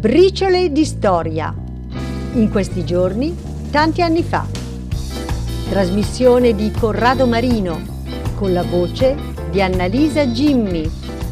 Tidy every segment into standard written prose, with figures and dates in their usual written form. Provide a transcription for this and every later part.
Briciole di storia. In questi giorni, tanti anni fa. Trasmissione di Corrado Marino, con la voce di Annalisa Gimmi.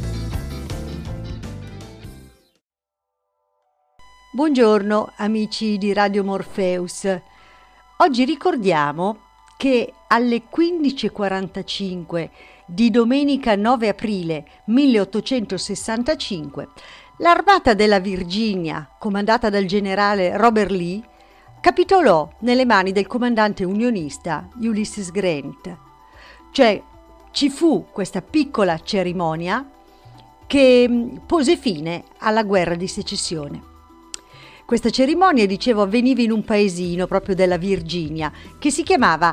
Buongiorno amici di Radio Morpheus. Oggi ricordiamo che alle 15:45 di domenica 9 aprile 1865 l'armata della Virginia, comandata dal generale Robert Lee, capitolò nelle mani del comandante unionista Ulysses Grant. Cioè ci fu questa piccola cerimonia che pose fine alla guerra di secessione. Questa cerimonia, dicevo, avveniva in un paesino proprio della Virginia che si chiamava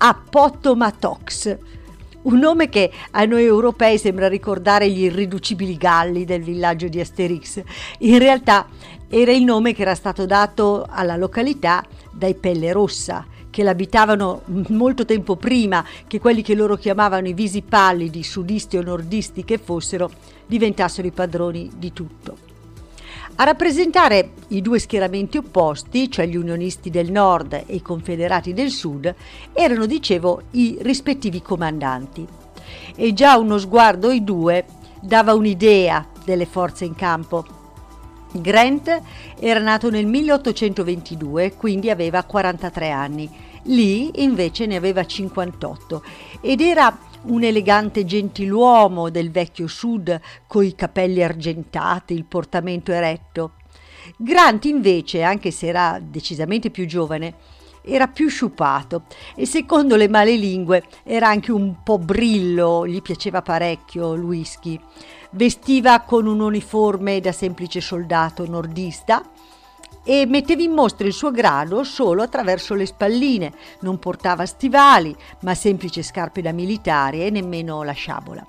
Appomattox, un nome che a noi europei sembra ricordare gli irriducibili galli del villaggio di Asterix. In realtà era il nome che era stato dato alla località dai Pelle Rossa, che l'abitavano molto tempo prima che quelli che loro chiamavano i visi pallidi, sudisti o nordisti che fossero, diventassero i padroni di tutto. A rappresentare i due schieramenti opposti, cioè gli unionisti del nord e i confederati del sud, erano, dicevo, i rispettivi comandanti. E già uno sguardo ai due dava un'idea delle forze in campo. Grant era nato nel 1822, quindi aveva 43 anni. Lee invece ne aveva 58 ed era un elegante gentiluomo del vecchio sud, coi capelli argentati, il portamento eretto. Grant invece, anche se era decisamente più giovane, era più sciupato e secondo le malelingue era anche un po' brillo, gli piaceva parecchio il whisky. Vestiva con un uniforme da semplice soldato nordista e metteva in mostra il suo grado solo attraverso le spalline. Non portava stivali, ma semplici scarpe da militare e nemmeno la sciabola.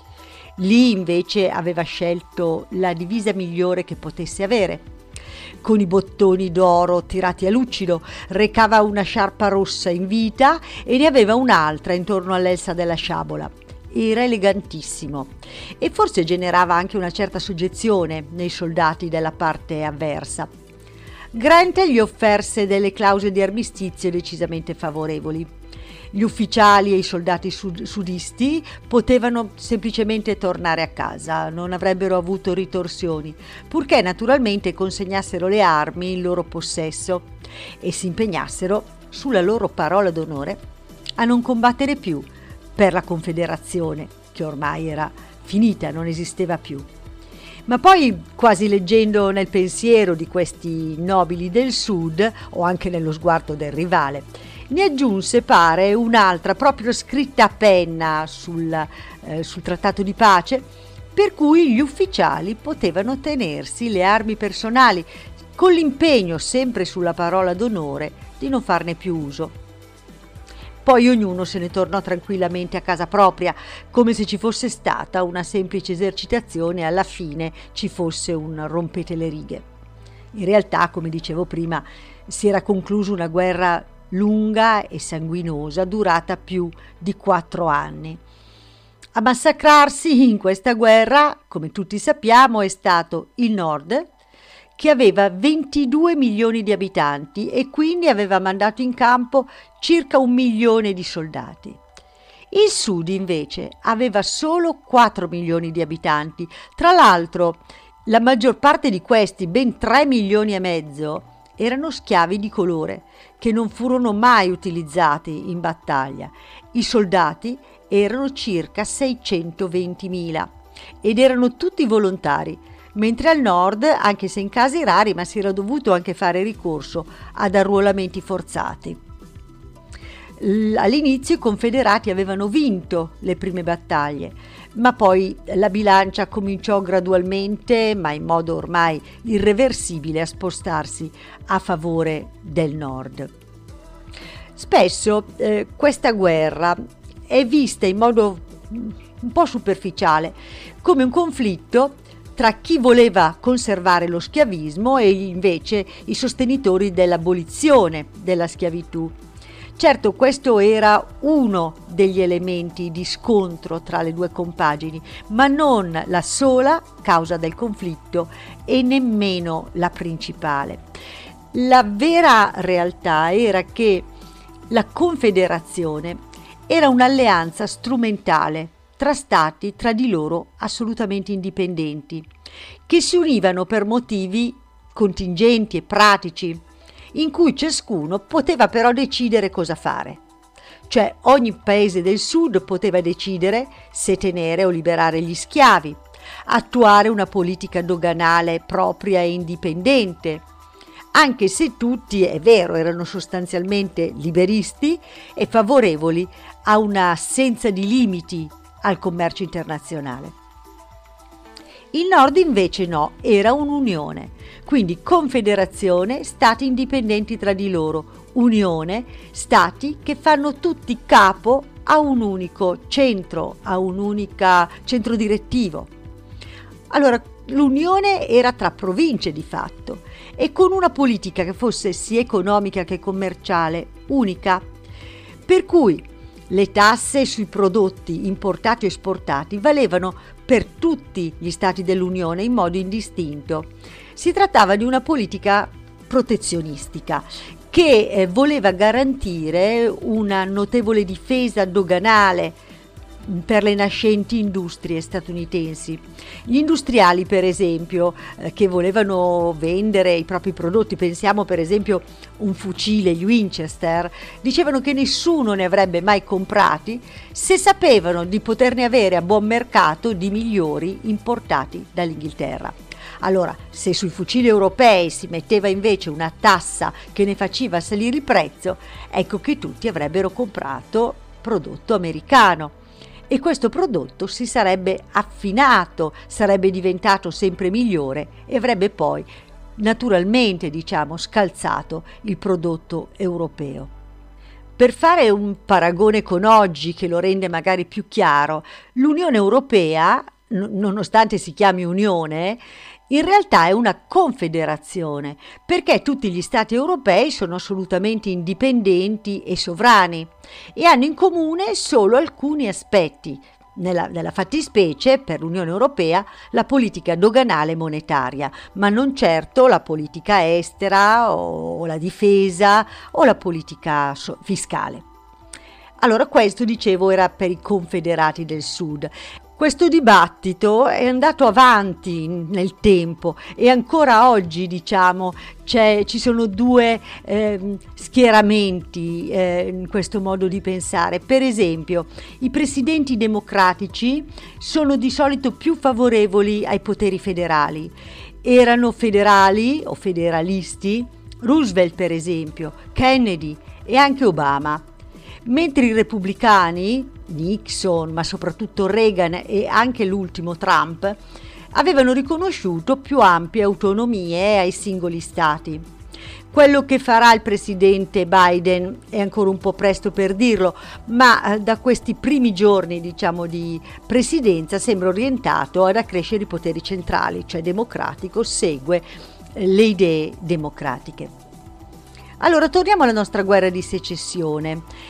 Lee invece aveva scelto la divisa migliore che potesse avere. Con i bottoni d'oro tirati a lucido, recava una sciarpa rossa in vita e ne aveva un'altra intorno all'elsa della sciabola. Era elegantissimo e forse generava anche una certa soggezione nei soldati della parte avversa. Grant gli offerse delle clausole di armistizio decisamente favorevoli. Gli ufficiali e i soldati sudisti potevano semplicemente tornare a casa, non avrebbero avuto ritorsioni, purché naturalmente consegnassero le armi in loro possesso e si impegnassero, sulla loro parola d'onore, a non combattere più per la Confederazione, che ormai era finita, non esisteva più. Ma poi, quasi leggendo nel pensiero di questi nobili del sud, o anche nello sguardo del rivale, ne aggiunse, pare, un'altra proprio scritta a penna sul trattato di pace, per cui gli ufficiali potevano tenersi le armi personali, con l'impegno, sempre sulla parola d'onore, di non farne più uso. Poi ognuno se ne tornò tranquillamente a casa propria, come se ci fosse stata una semplice esercitazione e alla fine ci fosse un rompete le righe. In realtà, come dicevo prima, si era conclusa una guerra lunga e sanguinosa, durata più di 4 anni. A massacrarsi in questa guerra, come tutti sappiamo, è stato il Nord, che aveva 22 milioni di abitanti e quindi aveva mandato in campo circa 1 milione di soldati. Il Sud invece aveva solo 4 milioni di abitanti. Tra l'altro, la maggior parte di questi, ben 3 milioni e mezzo, erano schiavi di colore, che non furono mai utilizzati in battaglia. I soldati erano circa 620.000 ed erano tutti volontari, mentre al nord, anche se in casi rari, ma si era dovuto anche fare ricorso ad arruolamenti forzati. All'inizio i confederati avevano vinto le prime battaglie, ma poi la bilancia cominciò gradualmente, ma in modo ormai irreversibile, a spostarsi a favore del nord. Spesso questa guerra è vista in modo un po' superficiale come un conflitto tra chi voleva conservare lo schiavismo e invece i sostenitori dell'abolizione della schiavitù. Certo, questo era uno degli elementi di scontro tra le due compagini, ma non la sola causa del conflitto e nemmeno la principale. La vera realtà era che la Confederazione era un'alleanza strumentale tra stati tra di loro assolutamente indipendenti, che si univano per motivi contingenti e pratici, in cui ciascuno poteva però decidere cosa fare. Cioè ogni paese del sud poteva decidere se tenere o liberare gli schiavi, attuare una politica doganale propria e indipendente, anche se tutti, è vero, erano sostanzialmente liberisti e favorevoli a un'assenza di limiti al commercio internazionale. Il nord invece no, era un'unione, quindi confederazione, stati indipendenti tra di loro, unione, stati che fanno tutti capo a un unico centro, a un unico centro direttivo. Allora, l'unione era tra province di fatto e con una politica che fosse sia economica che commerciale unica, per cui le tasse sui prodotti importati o esportati valevano per tutti gli stati dell'Unione in modo indistinto. Si trattava di una politica protezionistica che voleva garantire una notevole difesa doganale per le nascenti industrie statunitensi. Gli industriali, per esempio, che volevano vendere i propri prodotti, pensiamo per esempio un fucile, gli Winchester, dicevano che nessuno ne avrebbe mai comprati se sapevano di poterne avere a buon mercato di migliori importati dall'Inghilterra. Allora, se sui fucili europei si metteva invece una tassa che ne faceva salire il prezzo, ecco che tutti avrebbero comprato prodotto americano. E questo prodotto si sarebbe affinato, sarebbe diventato sempre migliore e avrebbe poi naturalmente, scalzato il prodotto europeo. Per fare un paragone con oggi che lo rende magari più chiaro, l'Unione Europea, nonostante si chiami Unione, in realtà è una confederazione, perché tutti gli stati europei sono assolutamente indipendenti e sovrani e hanno in comune solo alcuni aspetti. Nella fattispecie, per l'Unione Europea, la politica doganale e monetaria, ma non certo la politica estera o la difesa o la politica fiscale. Allora, questo, dicevo, era per i confederati del Sud. Questo dibattito è andato avanti nel tempo e ancora oggi, ci sono due schieramenti in questo modo di pensare. Per esempio, i presidenti democratici sono di solito più favorevoli ai poteri federali. Erano federali o federalisti Roosevelt, per esempio, Kennedy e anche Obama. Mentre i repubblicani, Nixon, ma soprattutto Reagan e anche l'ultimo Trump, avevano riconosciuto più ampie autonomie ai singoli stati. Quello che farà il presidente Biden è ancora un po' presto per dirlo, ma da questi primi giorni, di presidenza sembra orientato ad accrescere i poteri centrali, cioè democratico, segue le idee democratiche. Allora, torniamo alla nostra guerra di secessione.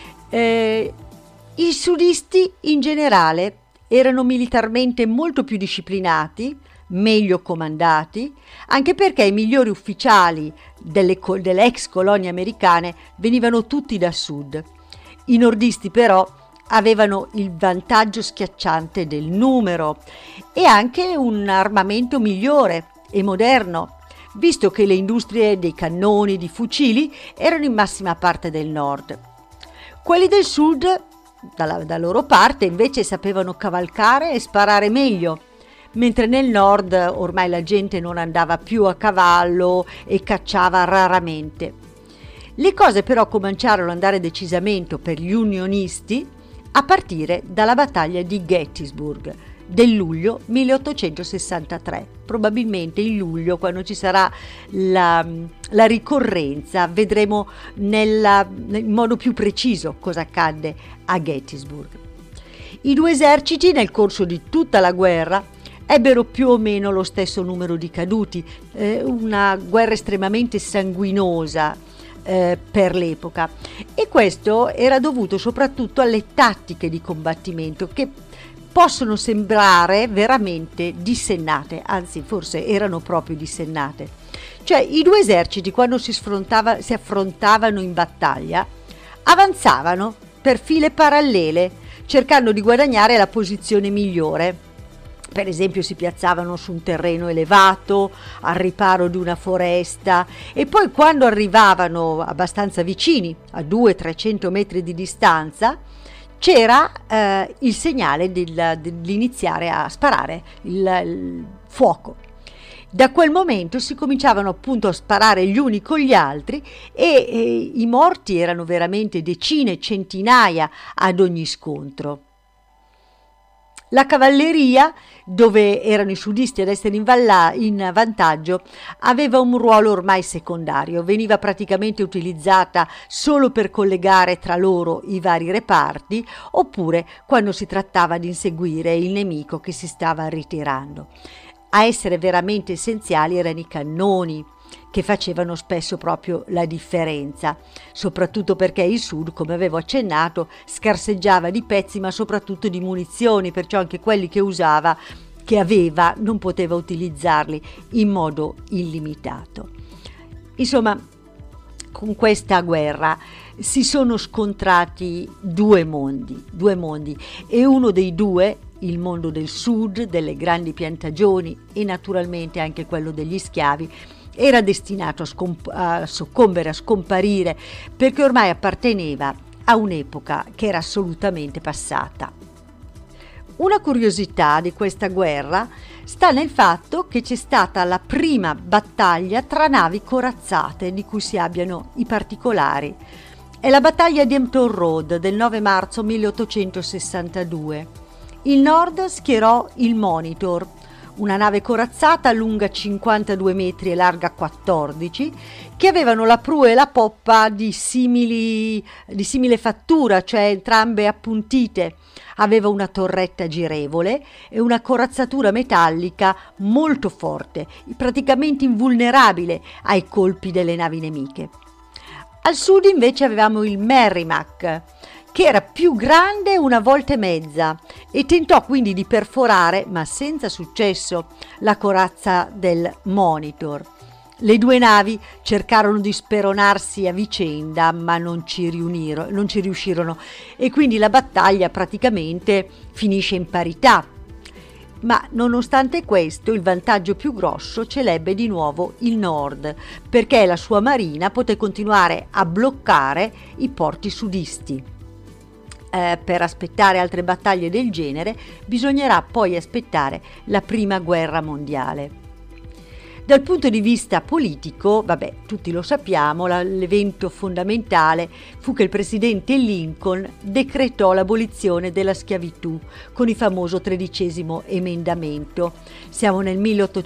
I sudisti in generale erano militarmente molto più disciplinati, meglio comandati, anche perché i migliori ufficiali delle ex colonie americane venivano tutti da sud. I nordisti però avevano il vantaggio schiacciante del numero e anche un armamento migliore e moderno, visto che le industrie dei cannoni, di fucili erano in massima parte del nord. Quelli del sud, dalla loro parte, invece sapevano cavalcare e sparare meglio, mentre nel nord ormai la gente non andava più a cavallo e cacciava raramente. Le cose però cominciarono ad andare decisamente per gli unionisti a partire dalla battaglia di Gettysburg del luglio 1863. Probabilmente in luglio, quando ci sarà la ricorrenza, vedremo in modo più preciso cosa accadde a Gettysburg. I due eserciti nel corso di tutta la guerra ebbero più o meno lo stesso numero di caduti, una guerra estremamente sanguinosa, per l'epoca, e questo era dovuto soprattutto alle tattiche di combattimento che possono sembrare veramente dissennate, anzi forse erano proprio dissennate. Cioè i due eserciti, quando si affrontavano in battaglia, avanzavano per file parallele cercando di guadagnare la posizione migliore. Per esempio si piazzavano su un terreno elevato, al riparo di una foresta, e poi quando arrivavano abbastanza vicini, a 200-300 metri di distanza, c'era il segnale dell'iniziare a sparare il fuoco. Da quel momento si cominciavano appunto a sparare gli uni con gli altri e i morti erano veramente decine, centinaia ad ogni scontro. La cavalleria, dove erano i sudisti ad essere in vantaggio, aveva un ruolo ormai secondario, veniva praticamente utilizzata solo per collegare tra loro i vari reparti oppure quando si trattava di inseguire il nemico che si stava ritirando. A essere veramente essenziali erano i cannoni, che facevano spesso proprio la differenza, soprattutto perché il sud, come avevo accennato, scarseggiava di pezzi ma soprattutto di munizioni, perciò anche quelli che aveva, non poteva utilizzarli in modo illimitato. Insomma, con questa guerra si sono scontrati due mondi, e uno dei due, il mondo del sud, delle grandi piantagioni e naturalmente anche quello degli schiavi, era destinato a soccombere, a scomparire, perché ormai apparteneva a un'epoca che era assolutamente passata. Una curiosità di questa guerra sta nel fatto che c'è stata la prima battaglia tra navi corazzate di cui si abbiano i particolari. È la battaglia di Hampton Road del 9 marzo 1862. Il Nord schierò il Monitor, una nave corazzata lunga 52 metri e larga 14, che avevano la prua e la poppa di simile fattura, cioè entrambe appuntite. Aveva una torretta girevole e una corazzatura metallica molto forte, praticamente invulnerabile ai colpi delle navi nemiche. Al sud invece avevamo il Merrimack, che era più grande una volta e mezza e tentò quindi di perforare, ma senza successo, la corazza del Monitor. Le due navi cercarono di speronarsi a vicenda, ma non ci riuscirono, e quindi la battaglia praticamente finisce in parità. Ma nonostante questo, il vantaggio più grosso ce l'ebbe di nuovo il Nord, perché la sua marina poté continuare a bloccare i porti sudisti. Per aspettare altre battaglie del genere bisognerà poi aspettare la Prima Guerra Mondiale. Dal punto di vista politico, tutti lo sappiamo, l'evento fondamentale fu che il presidente Lincoln decretò l'abolizione della schiavitù con il famoso 13° emendamento. Siamo nel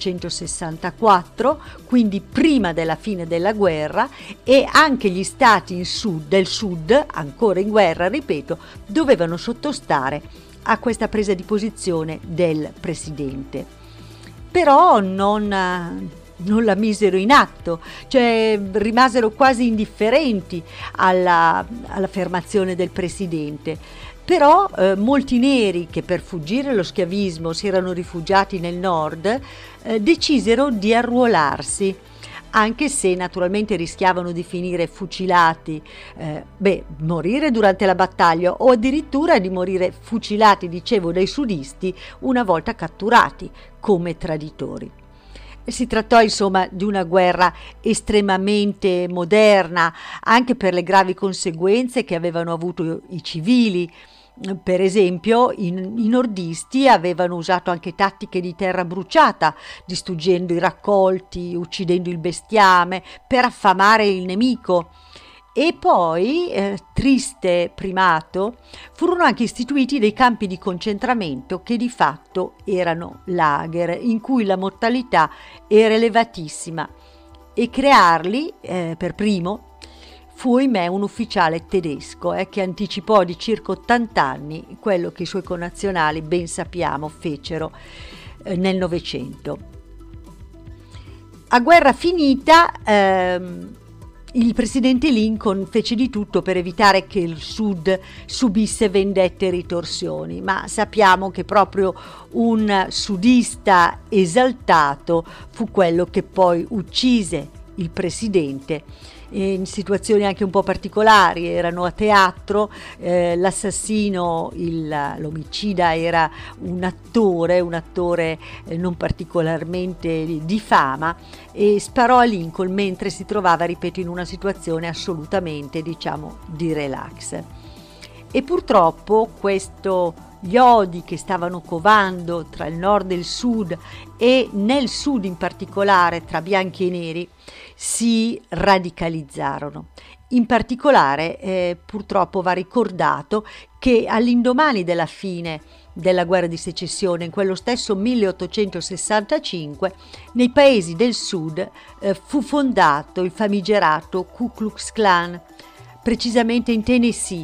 1864, quindi prima della fine della guerra, e anche gli stati del sud, ancora in guerra, ripeto, dovevano sottostare a questa presa di posizione del presidente. Però non la misero in atto, cioè rimasero quasi indifferenti all'affermazione del presidente. Però molti neri che per fuggire allo schiavismo si erano rifugiati nel nord decisero di arruolarsi, anche se naturalmente rischiavano di finire fucilati, morire durante la battaglia o addirittura di morire fucilati, dicevo, dai sudisti una volta catturati come traditori. Si trattò insomma di una guerra estremamente moderna, anche per le gravi conseguenze che avevano avuto i civili. Per esempio, i nordisti avevano usato anche tattiche di terra bruciata, distruggendo i raccolti, uccidendo il bestiame, per affamare il nemico. E poi, triste primato, furono anche istituiti dei campi di concentramento che di fatto erano lager, in cui la mortalità era elevatissima, e crearli, per primo, fu ahimè un ufficiale tedesco che anticipò di circa 80 anni quello che i suoi connazionali, ben sappiamo, fecero nel Novecento. A guerra finita, il presidente Lincoln fece di tutto per evitare che il Sud subisse vendette e ritorsioni, ma sappiamo che proprio un sudista esaltato fu quello che poi uccise il presidente in situazioni anche un po' particolari. Erano a teatro, l'assassino, l'omicida era un attore non particolarmente di fama, e sparò a Lincoln mentre si trovava, ripeto, in una situazione assolutamente, diciamo, di relax. E purtroppo gli odi che stavano covando tra il nord e il sud, e nel sud in particolare tra bianchi e neri, si radicalizzarono. In particolare, purtroppo va ricordato che all'indomani della fine della guerra di secessione, in quello stesso 1865, nei paesi del sud fu fondato il famigerato Ku Klux Klan. Precisamente in Tennessee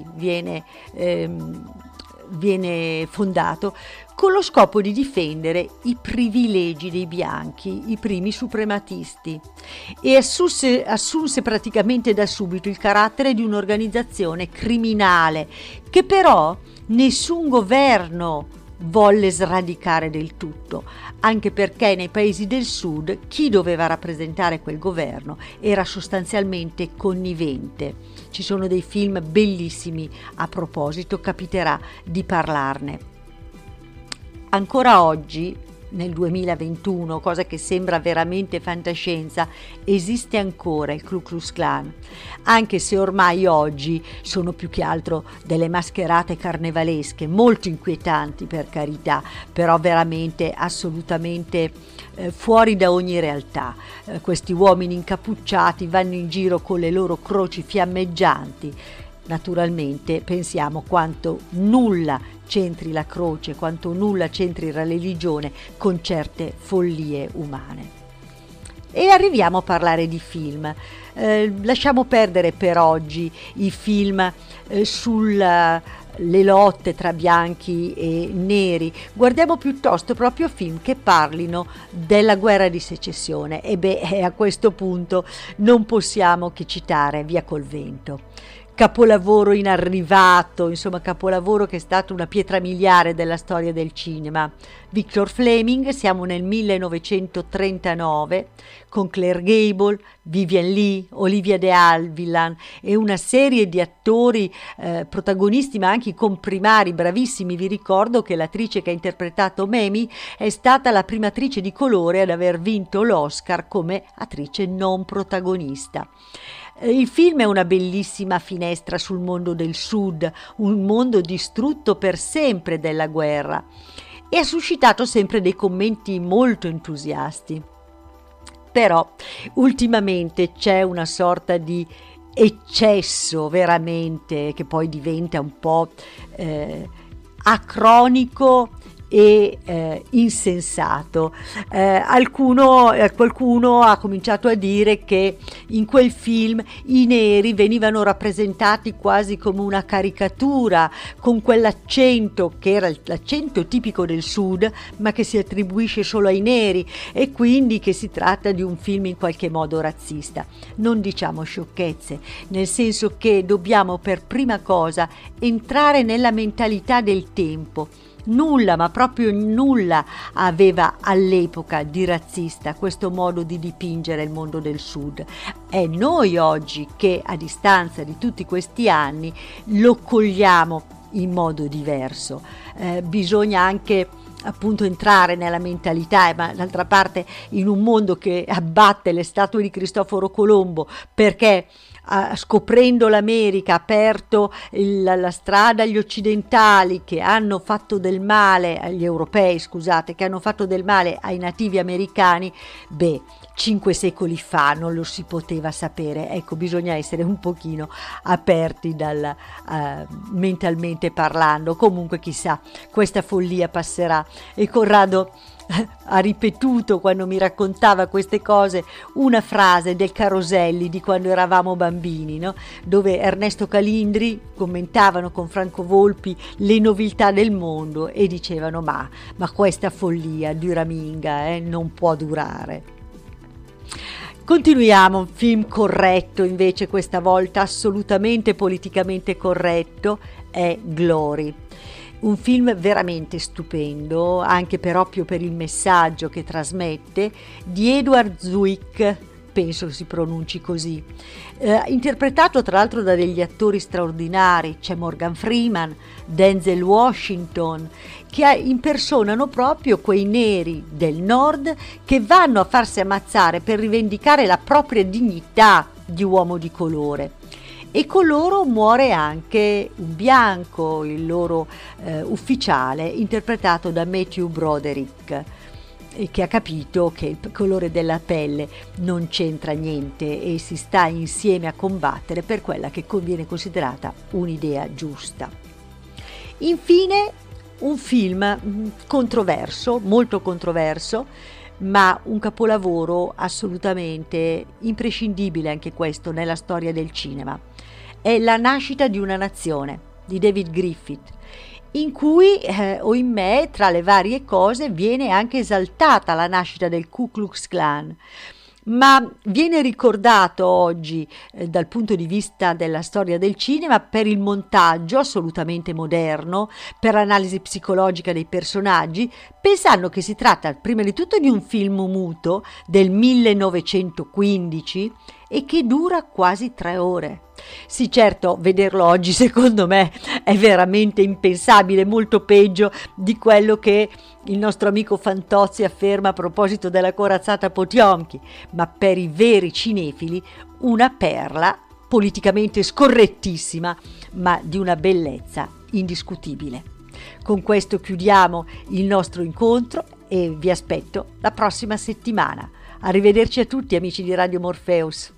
viene fondato con lo scopo di difendere i privilegi dei bianchi, i primi suprematisti, e assunse praticamente da subito il carattere di un'organizzazione criminale che però nessun governo volle sradicare del tutto, anche perché nei paesi del sud chi doveva rappresentare quel governo era sostanzialmente connivente. Ci sono dei film bellissimi a proposito, capiterà di parlarne. Ancora oggi, nel 2021, cosa che sembra veramente fantascienza, esiste ancora il Ku Klux Klan, anche se ormai oggi sono più che altro delle mascherate carnevalesche, molto inquietanti per carità, però veramente assolutamente fuori da ogni realtà. Questi uomini incappucciati vanno in giro con le loro croci fiammeggianti. Naturalmente pensiamo quanto nulla c'entri la croce, quanto nulla c'entri la religione con certe follie umane. E arriviamo a parlare di film. Lasciamo perdere per oggi i film sulle lotte tra bianchi e neri, guardiamo piuttosto proprio film che parlino della guerra di secessione. E a questo punto non possiamo che citare Via col vento. Capolavoro inarrivato, insomma capolavoro che è stato una pietra miliare della storia del cinema. Victor Fleming, siamo nel 1939, con Claire Gable, Vivien Leigh, Olivia de Havilland e una serie di attori protagonisti, ma anche comprimari bravissimi. Vi ricordo che l'attrice che ha interpretato Mamie è stata la prima attrice di colore ad aver vinto l'Oscar come attrice non protagonista. Il film è una bellissima finestra sul mondo del Sud, un mondo distrutto per sempre dalla guerra, e ha suscitato sempre dei commenti molto entusiasti. Però ultimamente c'è una sorta di eccesso veramente che poi diventa un po' acronico e insensato. Qualcuno ha cominciato a dire che in quel film i neri venivano rappresentati quasi come una caricatura, con quell'accento che era l'accento tipico del sud ma che si attribuisce solo ai neri, e quindi che si tratta di un film in qualche modo razzista. Non diciamo sciocchezze, nel senso che dobbiamo per prima cosa entrare nella mentalità del tempo. Nulla, ma proprio nulla aveva all'epoca di razzista questo modo di dipingere il mondo del Sud. È noi oggi che, a distanza di tutti questi anni, lo cogliamo in modo diverso. Bisogna anche appunto entrare nella mentalità, ma d'altra parte in un mondo che abbatte le statue di Cristoforo Colombo perché scoprendo l'America ha aperto la strada agli occidentali che hanno fatto del male, agli europei scusate, che hanno fatto del male ai nativi americani. 5 secoli fa non lo si poteva sapere. Ecco, bisogna essere un pochino aperti mentalmente parlando. Comunque chissà, questa follia passerà. E Corrado ha ripetuto, quando mi raccontava queste cose, una frase del Caroselli di quando eravamo bambini, no? Dove Ernesto Calindri commentavano con Franco Volpi le nobiltà del mondo e dicevano ma questa follia duraminga non può durare. Continuiamo, un film corretto invece questa volta, assolutamente politicamente corretto, è Glory. Un film veramente stupendo, anche proprio per il messaggio che trasmette, di Edward Zwick, penso si pronunci così, interpretato tra l'altro da degli attori straordinari. C'è Morgan Freeman, Denzel Washington, che impersonano proprio quei neri del nord che vanno a farsi ammazzare per rivendicare la propria dignità di uomo di colore. E con loro muore anche un bianco, il loro ufficiale, interpretato da Matthew Broderick, che ha capito che il colore della pelle non c'entra niente e si sta insieme a combattere per quella che viene considerata un'idea giusta. Infine, un film controverso, molto controverso, ma un capolavoro assolutamente imprescindibile anche questo nella storia del cinema. È La nascita di una nazione di David Griffith, in cui, ohimè, tra le varie cose, viene anche esaltata la nascita del Ku Klux Klan, ma viene ricordato oggi dal punto di vista della storia del cinema per il montaggio assolutamente moderno, per l'analisi psicologica dei personaggi, pensando che si tratta prima di tutto di un film muto del 1915 e che dura quasi 3 ore. Sì, certo, vederlo oggi secondo me è veramente impensabile, molto peggio di quello che il nostro amico Fantozzi afferma a proposito della corazzata Potionchi, ma per i veri cinefili una perla politicamente scorrettissima, ma di una bellezza indiscutibile. Con questo chiudiamo il nostro incontro e vi aspetto la prossima settimana. Arrivederci a tutti amici di Radio Morpheus.